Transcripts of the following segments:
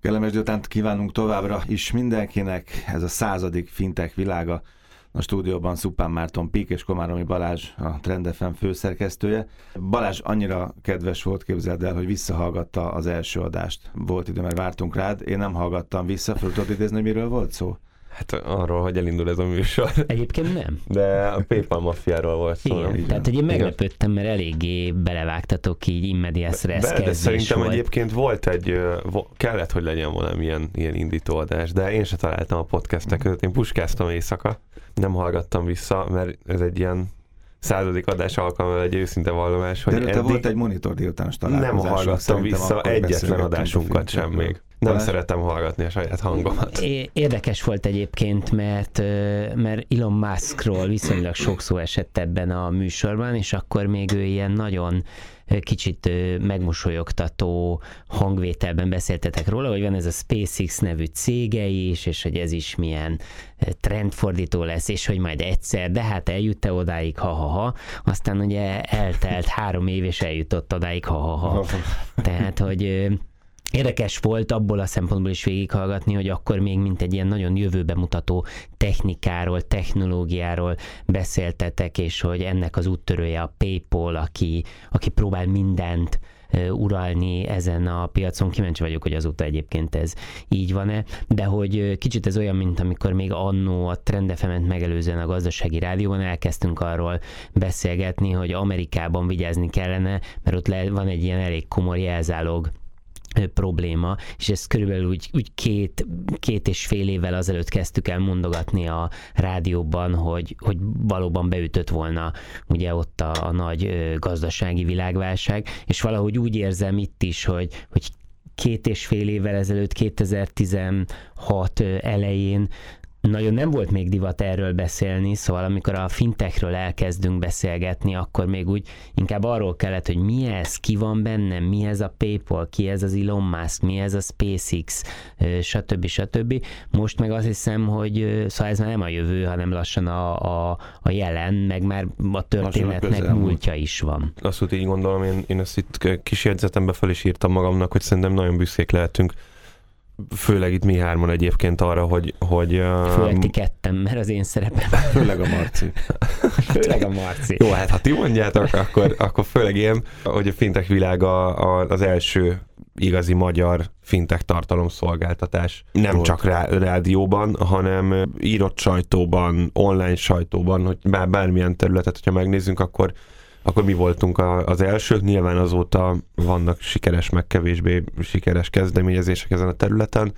Kellemes délutánt kívánunk továbbra is mindenkinek. Ez a 100. Fintech világa. A stúdióban Szupán Márton Pík és Komáromi Balázs, a Trend FM főszerkesztője. Balázs annyira kedves volt, képzeld el, hogy visszahallgatta az első adást. Volt idő, mert vártunk rád. Én nem hallgattam vissza. Föl tudod idézni, hogy miről volt szó? Hát arról, hogy elindul ez a műsor. Egyébként nem. De a PayPal maffiáról volt szó. Igen, tehát hogy én meglepődtem, mert eléggé belevágtatok így in medias res kezdés de szerintem volt. egyébként volt kellett, hogy legyen valami ilyen indítóadás, de én se találtam a podcastek között. Én puskáztam éjszaka, nem hallgattam vissza, mert ez egy ilyen 100. adás alkalma, egy őszinte vallomás, hogy de volt egy monitor délutános találkozás. Nem hallgattam vissza egyetlen adásunkat sem még. Nem szeretem hallgatni a saját hangomat. Érdekes volt egyébként, mert Elon Muskról viszonylag sok szó esett ebben a műsorban, és akkor még ő ilyen nagyon kicsit megmosolyogtató hangvételben beszéltetek róla, hogy van ez a SpaceX nevű cége is, és hogy ez is milyen trendfordító lesz, és hogy majd egyszer, de hát eljut-e odáig, ha-ha-ha. Aztán ugye eltelt 3 év, és eljutott odáig, ha-ha-ha. Tehát, hogy érdekes volt abból a szempontból is végighallgatni, hogy akkor még mint egy ilyen nagyon jövőbe mutató technikáról, technológiáról beszéltetek, és hogy ennek az úttörője a PayPal, aki próbál mindent uralni ezen a piacon. Kíváncsi vagyok, hogy azóta egyébként ez így van-e, de hogy kicsit ez olyan, mint amikor még annó a Trend FM-et megelőzően a Gazdasági Rádióban elkezdtünk arról beszélgetni, hogy Amerikában vigyázni kellene, mert ott van egy ilyen elég komoly jelzálog probléma, és ezt körülbelül úgy 2,5 évvel azelőtt kezdtük el mondogatni a rádióban, hogy valóban beütött volna ugye ott a nagy gazdasági világválság, és valahogy úgy érzem itt is, hogy 2,5 évvel ezelőtt, 2016 elején nagyon nem volt még divat erről beszélni, szóval amikor a fintechről elkezdünk beszélgetni, akkor még úgy inkább arról kellett, hogy mi ez, ki van benne, mi ez a PayPal, ki ez az Elon Musk, mi ez a SpaceX, stb. Most meg azt hiszem, hogy szóval ez már nem a jövő, hanem lassan a jelen, meg már a történetnek múltja is van. Azt úgy így gondolom, én ezt itt kis jegyzetembe fel is írtam magamnak, hogy szerintem nagyon büszkék lehetünk. Főleg itt mi hárman egyébként arra, hogy főleg ti ketten, mert az én szerepem. Főleg a Marci. Főleg a Marci. Jó, hát ha ti mondjátok, akkor főleg én, hogy a fintech világa az első igazi magyar fintech tartalomszolgáltatás. Nem volt. Csak rádióban, hanem írott sajtóban, online sajtóban, hogy bármilyen területet, hogyha megnézzünk, akkor mi voltunk az elsők, nyilván azóta vannak sikeres, meg kevésbé sikeres kezdeményezések ezen a területen,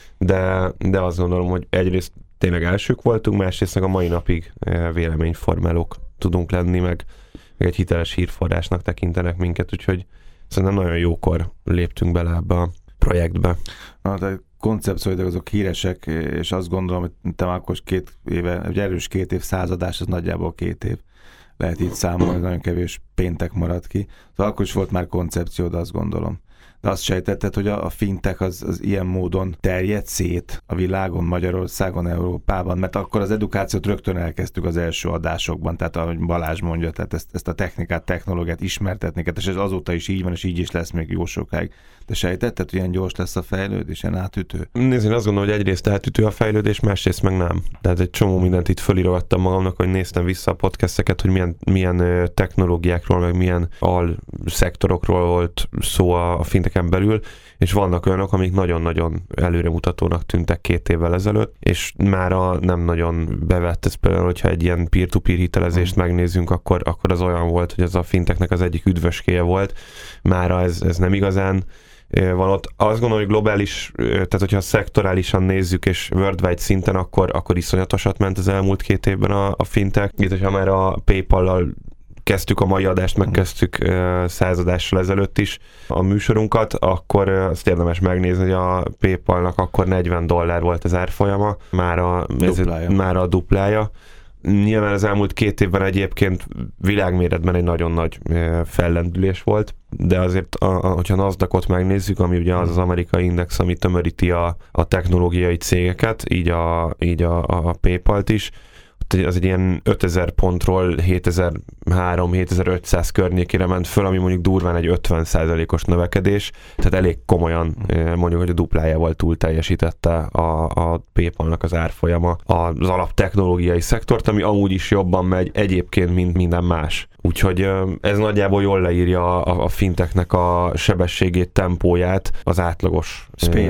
de azt gondolom, hogy egyrészt tényleg elsők voltunk, másrészt meg a mai napig véleményformálók tudunk lenni, meg egy hiteles hírforrásnak tekintenek minket, úgyhogy szerintem nagyon jókor léptünk bele ebbe a projektbe. A koncepcióidok azok híresek, és azt gondolom, hogy te már akkor 2 éve, egy erős 2 év századás, az nagyjából 2 év. Lehet így számolni, nagyon kevés péntek maradt ki. Szóval akkor is volt már koncepciód, azt gondolom. De azt sejtetted, hogy a fintech az ilyen módon terjed szét a világon, Magyarországon, Európában, mert akkor az edukációt rögtön elkezdtük az első adásokban, tehát ahogy Balázs mondja, tehát ezt a technikát, technológiát ismertetni, és ez azóta is így van, és így is lesz még jó sokáig. De sejtetted, hogy ilyen gyors lesz a fejlődés, ilyen átütő? Nézd, én azt gondolom, hogy egyrészt átütő a fejlődés, másrészt meg nem. Tehát egy csomó mindent itt fölírogattam magamnak, hogy néztem vissza a podcasteket, hogy milyen technológiákról, meg milyen alszektorokról volt szó a finteken belül, és vannak olyanok, amik nagyon-nagyon előremutatónak tűntek 2 évvel ezelőtt, és mára nem nagyon bevett ez, például, hogyha egy ilyen peer-to-peer hitelezést megnézzünk, akkor az olyan volt, hogy ez a fintechnek az egyik üdvöskéje volt. Mára ez nem igazán van ott. Azt gondolom, hogy globális, tehát hogyha szektorálisan nézzük, és worldwide szinten, akkor iszonyatosat ment az elmúlt 2 évben a fintech. Itt, hogyha már a PayPal-lal kezdtük a mai adást, megkezdtük 100 adással ezelőtt is a műsorunkat, akkor azt érdemes megnézni, hogy a PayPal-nak akkor $40 volt az árfolyama, már a duplája. Nyilván az elmúlt 2 évben egyébként világméretben egy nagyon nagy fellendülés volt, de azért, hogyha Nasdaqot megnézzük, ami ugye az amerikai index, ami tömöríti a technológiai cégeket, így a PayPal-t is, az egy ilyen 5000 pontról 7300-7500 környékére ment föl, ami mondjuk durván egy 50%-os növekedés, tehát elég komolyan mondjuk, hogy a duplájával túl teljesítette a PayPal-nak az árfolyama az alaptechnológiai szektort, ami amúgy is jobban megy egyébként, mint minden más. Úgyhogy ez nagyjából jól leírja a fintechnek a sebességét, tempóját az átlagos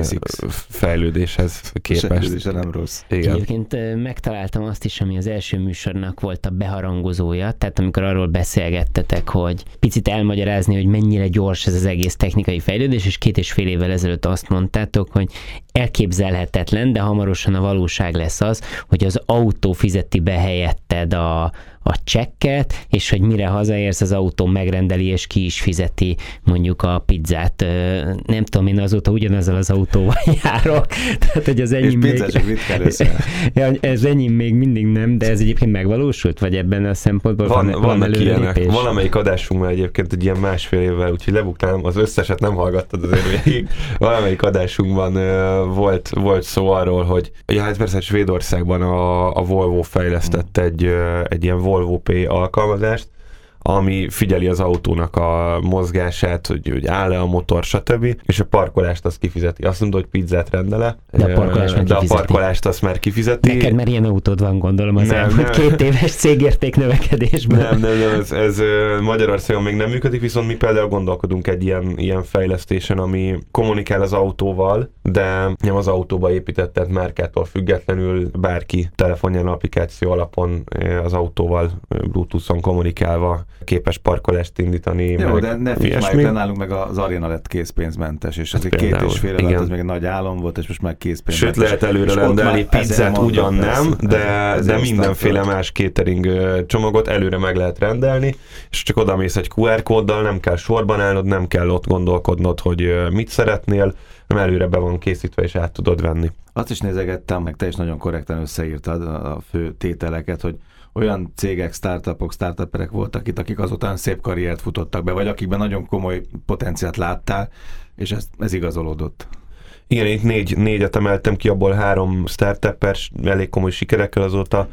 fejlődéshez képest. Nem rossz. Igen. Egyébként megtaláltam azt is, ami az első műsornak volt a beharangozója, tehát amikor arról beszélgettetek, hogy picit elmagyarázni, hogy mennyire gyors ez az egész technikai fejlődés, és 2,5 évvel ezelőtt azt mondtátok, hogy elképzelhetetlen, de hamarosan a valóság lesz az, hogy az autó fizeti be helyetted a csekket, és hogy mire hazaérsz, az autó megrendeli, és ki is fizeti mondjuk a pizzát. Nem tudom, én azóta ugyanazzal az autóval járok. Tehát, hogy az enyém és pizza csak mit kell össze? Ez enyém még mindig nem, de ez egyébként megvalósult, vagy ebben a szempontból vannak ilyenek. Valamelyik adásunkban egyébként egy ilyen 1,5 évvel, úgyhogy lebuktám, az összeset nem hallgattad azért végig. Valamelyik adásunkban volt szó arról, hogy hát persze Svédországban a Volvo fejlesztett egy ilyen Volvo Pay alkalmazást, ami figyeli az autónak a mozgását, hogy áll-e a motor, stb. És a parkolást azt kifizeti. Azt mondta, hogy pizzát rendele, de a parkolást azt már kifizeti. Neked már ilyen autód van, gondolom, az elmúlt 2 éves cégérték növekedésben. Nem, ez Magyarországon még nem működik, viszont mi például gondolkodunk egy ilyen fejlesztésen, ami kommunikál az autóval, de nem az autóba épített, tehát márkától függetlenül bárki telefonján, applikáció alapon az autóval Bluetooth-on kommunikálva képes parkolást indítani. Jó, de ne figyelj, nálunk meg az Arena lett készpénzmentes, és azért 2,5 év alatt az még egy nagy álom volt, és most már készpénzmentes. Sőt, lehet előre rendelni pizzát, ugyan nem, de mindenféle más catering csomagot előre meg lehet rendelni, és csak odamész egy QR kóddal, nem kell sorban állnod, nem kell ott gondolkodnod, hogy mit szeretnél, hanem előre be van készítve, és át tudod venni. Azt is nézegettem, meg te is nagyon korrekten összeírtad a fő tételeket, hogy olyan cégek, startuperek voltak itt, akik azután szép karriert futottak be, vagy akikben nagyon komoly potenciált láttál, és ez igazolódott. Igen, itt négyet emeltem ki, abból 3 startupper elég komoly sikerekkel azóta.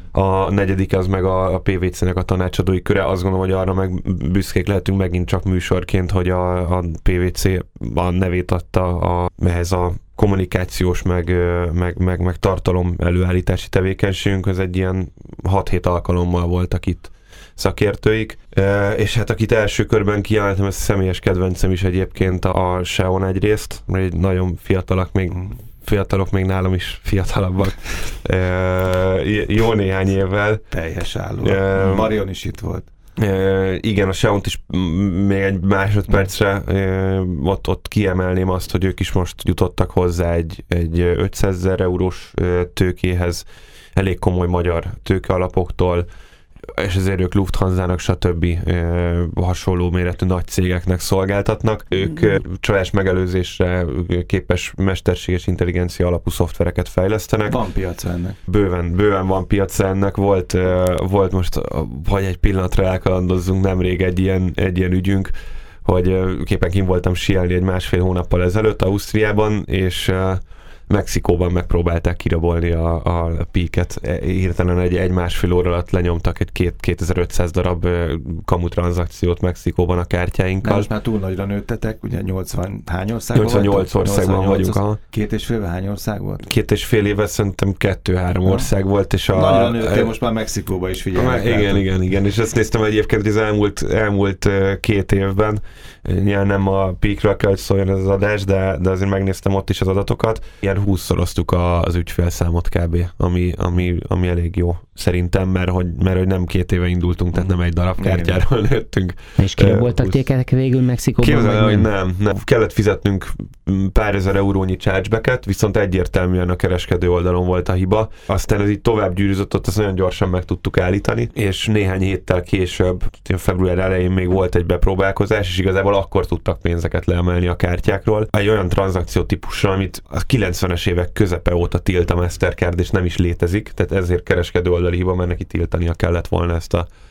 A negyedik az meg a PVC-nek a tanácsadói köre. Azt gondolom, hogy arra meg büszkék lehetünk megint csak műsorként, hogy a PVC a nevét adta ehhez a kommunikációs, meg tartalom előállítási tevékenységünkhöz. Egy ilyen 6-7 alkalommal voltak itt szakértőik, és hát akit első körben kiálltam, ez a személyes kedvencem is egyébként a Seon egyrészt, mert nagyon fiatalok még nálam is fiatalabbak. Jó néhány évvel. Teljes álló. Marion is itt volt. Igen, a Seont is még egy másodpercre ott kiemelném azt, hogy ők is most jutottak hozzá egy 500 000 eurós tőkéhez, elég komoly magyar tőkealapoktól, és ezért ők Lufthansa-nak, stb. Hasonló méretű nagy cégeknek szolgáltatnak. Ők csalás megelőzésre képes mesterséges intelligencia alapú szoftvereket fejlesztenek. Van piaca ennek. Bőven van piaca ennek. Volt most, hogy egy pillanatra elkalandozzunk, nemrég egy ilyen ügyünk, hogy képen kim voltam síelni egy 1,5 hónappal ezelőtt Ausztriában, és Mexikóban megpróbálták kirabolni a Peak-et. Hirtelen egy 1,5 óra alatt lenyomtak egy 2500 darab kamutranszakciót Mexikóban a kártyáinkkal. Most már túl nagyra nőttetek, ugye 80 hány országban 88 országban vagyunk. 2,5 éve hány ország volt? 2,5 éve szerintem 2-3 ország volt. És nagyra nőttél, most már Mexikóba is figyelnek. Igen. És ezt néztem egyébként az elmúlt 2 évben. Nyilván nem a Peakről kell, hogy szóljon ez az adás, de azért megnéztem ott is az adatokat. Ilyen 20-szoroztuk az ügyfélszámot kb., ami elég jó szerintem, mert hogy nem 2 éve indultunk, tehát nem egy darab kártyáról nőttünk. És kiraboltak téged végül Mexikóban? Képzelem, hogy nem. Kellett fizetnünk pár ezer eurónyi chargebacket, viszont egyértelműen a kereskedő oldalon volt a hiba. Aztán ez így tovább gyűrűzött, ott azt nagyon gyorsan meg tudtuk állítani, és néhány héttel később, február elején még volt egy bepróbálkozás, és igazából akkor tudtak pénzeket leemelni a kártyákról. Egy olyan tranzakció típusra, amit a 90-es évek közepe óta tilt a Mastercard, és nem is létezik, tehát ezért kereskedő oldali hiba, mert neki tiltania kellett volna ezt a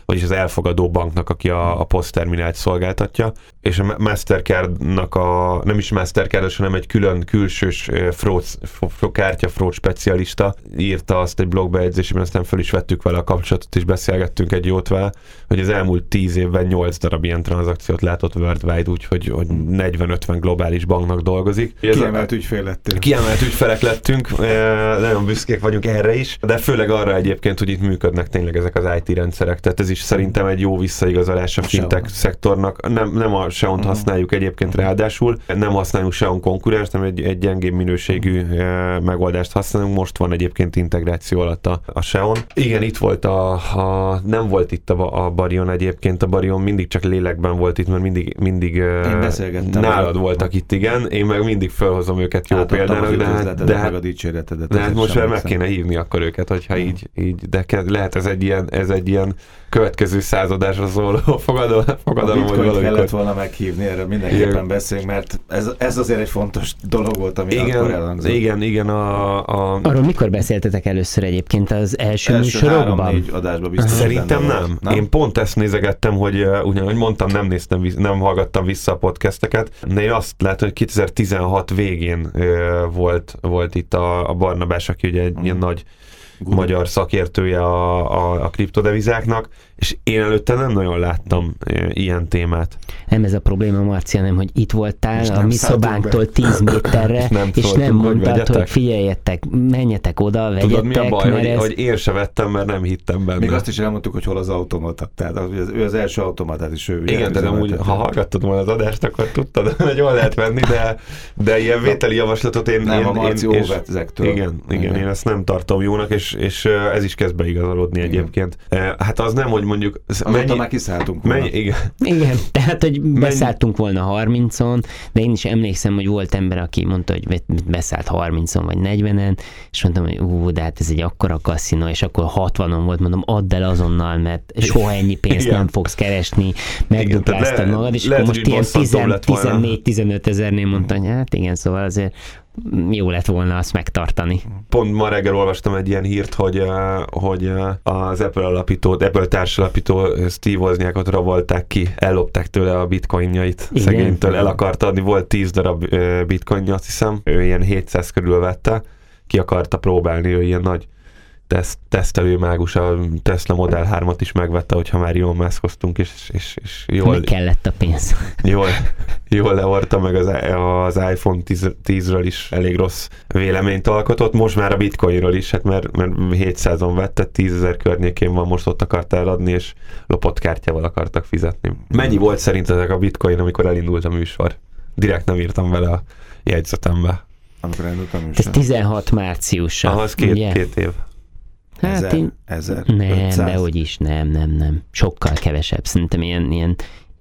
vagyis az elfogadó banknak, aki a POS terminált szolgáltatja, és a Mastercardnak nem is Mastercard, hanem egy külön külsős kártyafraud specialista írta azt egy blogbejegyzésében, aztán föl is vettük vele a kapcsolatot, és beszélgettünk egy jót vele, hogy az elmúlt 10 évben 8 darab ilyen tranzakciót látott worldwide, úgyhogy 40-50 globális banknak dolgozik. Kiemelt ügyfél lettél. Kiemelt ügyfelek lettünk, nagyon büszkék vagyunk erre is, de főleg arra egyébként, hogy itt működnek tényleg ezek az IT rendszerek, tehát ez is szerintem egy jó visszaigazolás a fintech szektornak. Nem a Xeon használjuk egyébként ráadásul, nem használunk Xeon konkurenst, hanem egy gyengébb minőségű megoldást használunk, most van egyébként integráció alatt a Xeon. Igen, itt volt nem volt itt a Barion egyébként, a Barion mindig csak lélekben volt itt, mert mindig nálad voltak itt, igen, én meg mindig felhozom őket jó példának, de hát most már meg kéne hívni akkor őket, hogyha így de lehet ez egy ilyen következő századásra szóló fogadalom, hogy valamikor kellett volna meghívni, erről mindenképpen beszélünk, mert ez azért egy fontos dolog volt, ami akkor elhangzott. Igen. Arról mikor beszéltetek először egyébként az első műsorokban? 3-4 adásban biztos. Szerintem nem. Én pont ezt nézegettem, hogy ugyanúgy mondtam, nem hallgattam vissza a podcasteket, de én azt látom, hogy 2016 végén volt itt a Barnabás, aki ugye egy ilyen nagy magyar szakértője a kriptodevizáknak, és én előtte nem nagyon láttam ilyen témát. Nem ez a probléma, Marci, hanem, hogy itt voltál a mi szobánktól 10 méterre, és nem mondtad, hogy figyeljetek, menjetek oda, vegyetek. Tudod, mi a baj, hogy én se vettem, mert nem hittem benne. Még azt is elmondtuk, hogy hol az automata. Tehát ő az első automatát is ő. Igen, de amúgy, ha hallgattad volna az adást, akkor tudtad, hogy jól lehet venni, de ilyen vételi javaslatot én... Nem, a Marci óvezektől. Igen, én ezt nem tartom jónak, és ez is kezd beigazolódni egyébként. Hát az nem, hogy mondjuk... Azóta már kiszálltunk volna. Igen, tehát, hogy beszálltunk volna 30-on, de én is emlékszem, hogy volt ember, aki mondta, hogy beszállt 30-on vagy 40-en, és mondtam, hogy de hát ez egy akkora kaszinó, és akkor 60-on volt, mondom, add el azonnal, mert soha ennyi pénzt nem fogsz keresni, megdupláztad magad, és akkor most ilyen 14-15 ezernél mondta, hogy hát igen, szóval azért jó lett volna azt megtartani. Pont ma reggel olvastam egy ilyen hírt, hogy az Apple társalapító Steve Wozniakot rabolták ki, ellopták tőle a bitcoinjait, szegénytől el akart adni, volt 10 darab bitcoinja, azt hiszem, ő ilyen 700 körül vette, ki akarta próbálni, ő ilyen nagy tesztelő mágus, a Tesla Model 3-at is megvette, hogyha már Elon Musk-oztunk, és jól... Meg kellett a pénz. Jól leorta, meg az iPhone 10-ről is elég rossz véleményt alkotott, most már a Bitcoinról is, hát mert 700-on vette, 10 000 környékén van, most ott akart eladni, és lopott kártyával akartak fizetni. Mennyi volt szerintetek a Bitcoin, amikor elindult a műsor? Direkt nem írtam vele a jegyzetembe. Amikor elindult a műsor? Ez 16 márciusa. Az két év. Hát 1000, nem, dehogy is, nem. Sokkal kevesebb, szerintem ilyen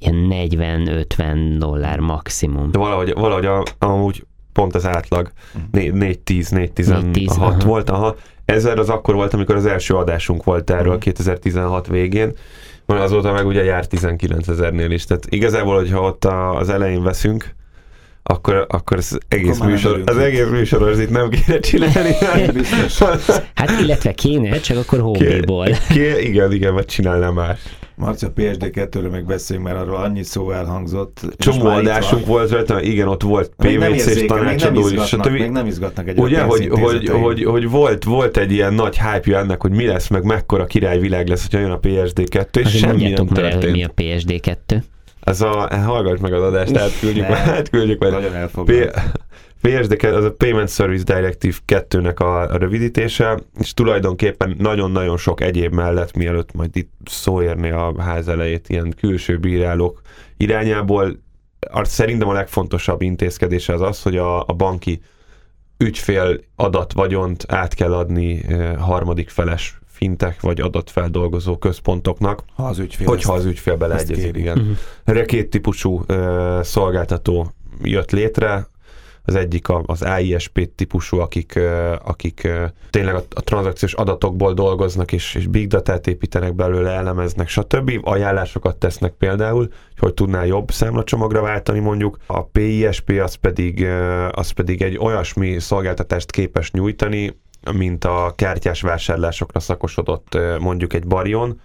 $40-50 maximum. De valahogy amúgy pont az átlag 4-10-4-16 volt. Aha. 1000 az akkor volt, amikor az első adásunk volt erről 2016 végén. Azóta meg ugye jár 19 000-nél is. Tehát igazából, hogyha ott az elején veszünk, akkor az egész műsor itt nem kéne csinálni. Hát illetve kéne, csak akkor hobbiból. Igen, vagy csinálna más. Marci, a PSD2-ről meg beszéljünk, mert arról annyi szó elhangzott. Csomó adásunk volt rajta, igen, ott volt PVC-s tanácsadó is. Még nem izgatnak egy ugye, hogy volt egy ilyen nagy hype-ja ennek, hogy mi lesz, meg mekkora királyvilág lesz, hogyha jön a PSD2, és semmi nem történt. Hogy mi a PSD2? Hallgass meg az adást, átküldjük meg. Nagyon elfogad. PSD, az a Payment Service Directive 2-nek a rövidítése, és tulajdonképpen nagyon-nagyon sok egyéb mellett, mielőtt majd itt szó érni a ház elejét ilyen külső bírálók irányából, szerintem a legfontosabb intézkedése az, hogy a banki ügyfél adatvagyont át kell adni harmadik feles fintech vagy adatfeldolgozó központoknak, hogyha az ügyfél beleegyezik. Igen. Erre két típusú szolgáltató jött létre. Az egyik az AISP típusú, akik tényleg a tranzakciós adatokból dolgoznak, és big datát építenek belőle, elemeznek, stb. Ajánlásokat tesznek például, hogy tudná jobb számlacsomagra váltani mondjuk. A PISP az pedig egy olyasmi szolgáltatást képes nyújtani, mint a kártyás vásárlásokra szakosodott mondjuk egy Barion,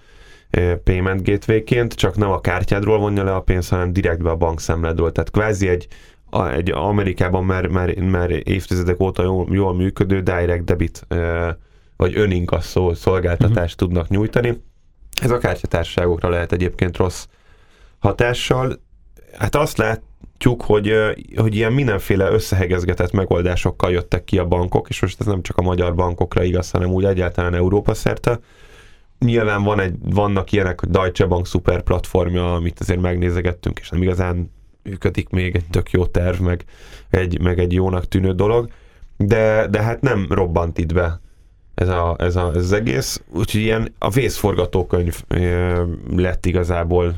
payment gateway-ként, csak nem a kártyádról vonja le a pénzt, hanem direktbe a bankszámládról. Tehát kvázi egy Amerikában már évtizedek óta jól működő direct debit vagy öninkasszó szolgáltatást tudnak nyújtani. Ez a kártyatársaságokra lehet egyébként rossz hatással. Hát azt látjuk, hogy ilyen mindenféle összehegezgetett megoldásokkal jöttek ki a bankok, és most ez nem csak a magyar bankokra igaz, hanem úgy egyáltalán Európa szerte. Nyilván vannak ilyenek, hogy Deutsche Bank szuper platformja, amit azért megnézegettünk, és nem igazán működik még, egy tök jó terv, meg egy jónak tűnő dolog, de hát nem robbant itt be ez az egész, úgyhogy ilyen a vészforgatókönyv lett igazából,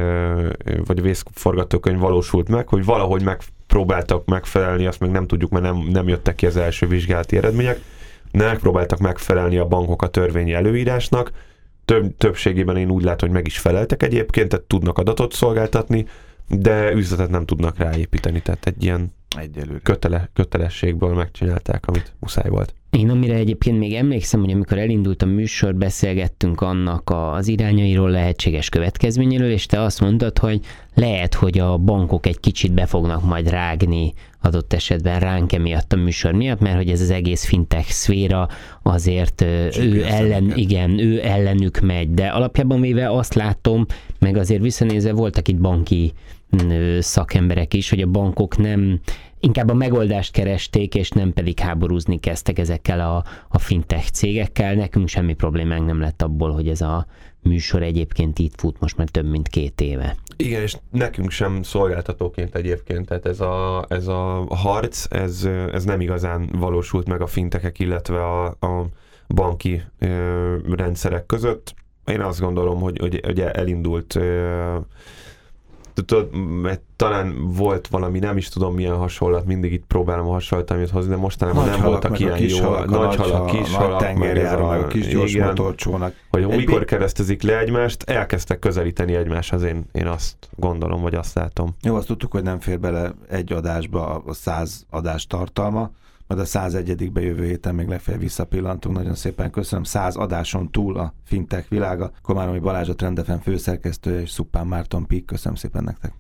vagy a vészforgatókönyv valósult meg, hogy valahogy megpróbáltak megfelelni, azt meg nem tudjuk, mert nem jöttek ki az első vizsgálati eredmények, de megpróbáltak megfelelni a bankok a törvényi előírásnak, többségében én úgy látom, hogy meg is feleltek egyébként, tehát tudnak adatot szolgáltatni, de üzletet nem tudnak ráépíteni, tehát egy ilyen kötelességből megcsinálták, amit muszáj volt. Én amire egyébként még emlékszem, hogy amikor elindult a műsor, beszélgettünk annak az irányairól, lehetséges következményéről, és te azt mondtad, hogy lehet, hogy a bankok egy kicsit be fognak majd rágni adott esetben ránk emiatt a műsor miatt, mert hogy ez az egész fintech szféra azért ő ellenük megy. De alapjában véve azt látom, meg azért visszanézve voltak itt banki szakemberek is, hogy a bankok inkább a megoldást keresték, és nem pedig háborúzni kezdtek ezekkel a fintech cégekkel. Nekünk semmi problémánk nem lett abból, hogy ez a műsor egyébként itt fut most már több mint 2 éve. Igen, és nekünk sem szolgáltatóként egyébként, tehát ez a harc, ez nem igazán valósult meg a fintechek, illetve a banki rendszerek között. Én azt gondolom, hogy elindult, mert talán volt valami, nem is tudom milyen hasonlat, mindig itt próbálom a hasonlatot hozni, de mostanában nem voltak ilyen jó, nagy halak, kis halak, tengerjáró, meg a kis gyors motorcsónak. Hogy mikor keresztezik le egymást, elkezdtek közelíteni egymáshoz, én azt gondolom, vagy azt látom. Jó, azt tudtuk, hogy nem fér bele egy adásba a 100 adás tartalma, majd a 101-be jövő héten még legfeljebb visszapillantunk. Nagyon szépen köszönöm. 100 adáson túl a fintech világa. Komáromi Balázs, a Trend FM főszerkesztője, és Szuppán Márton Pík. Köszönöm szépen nektek.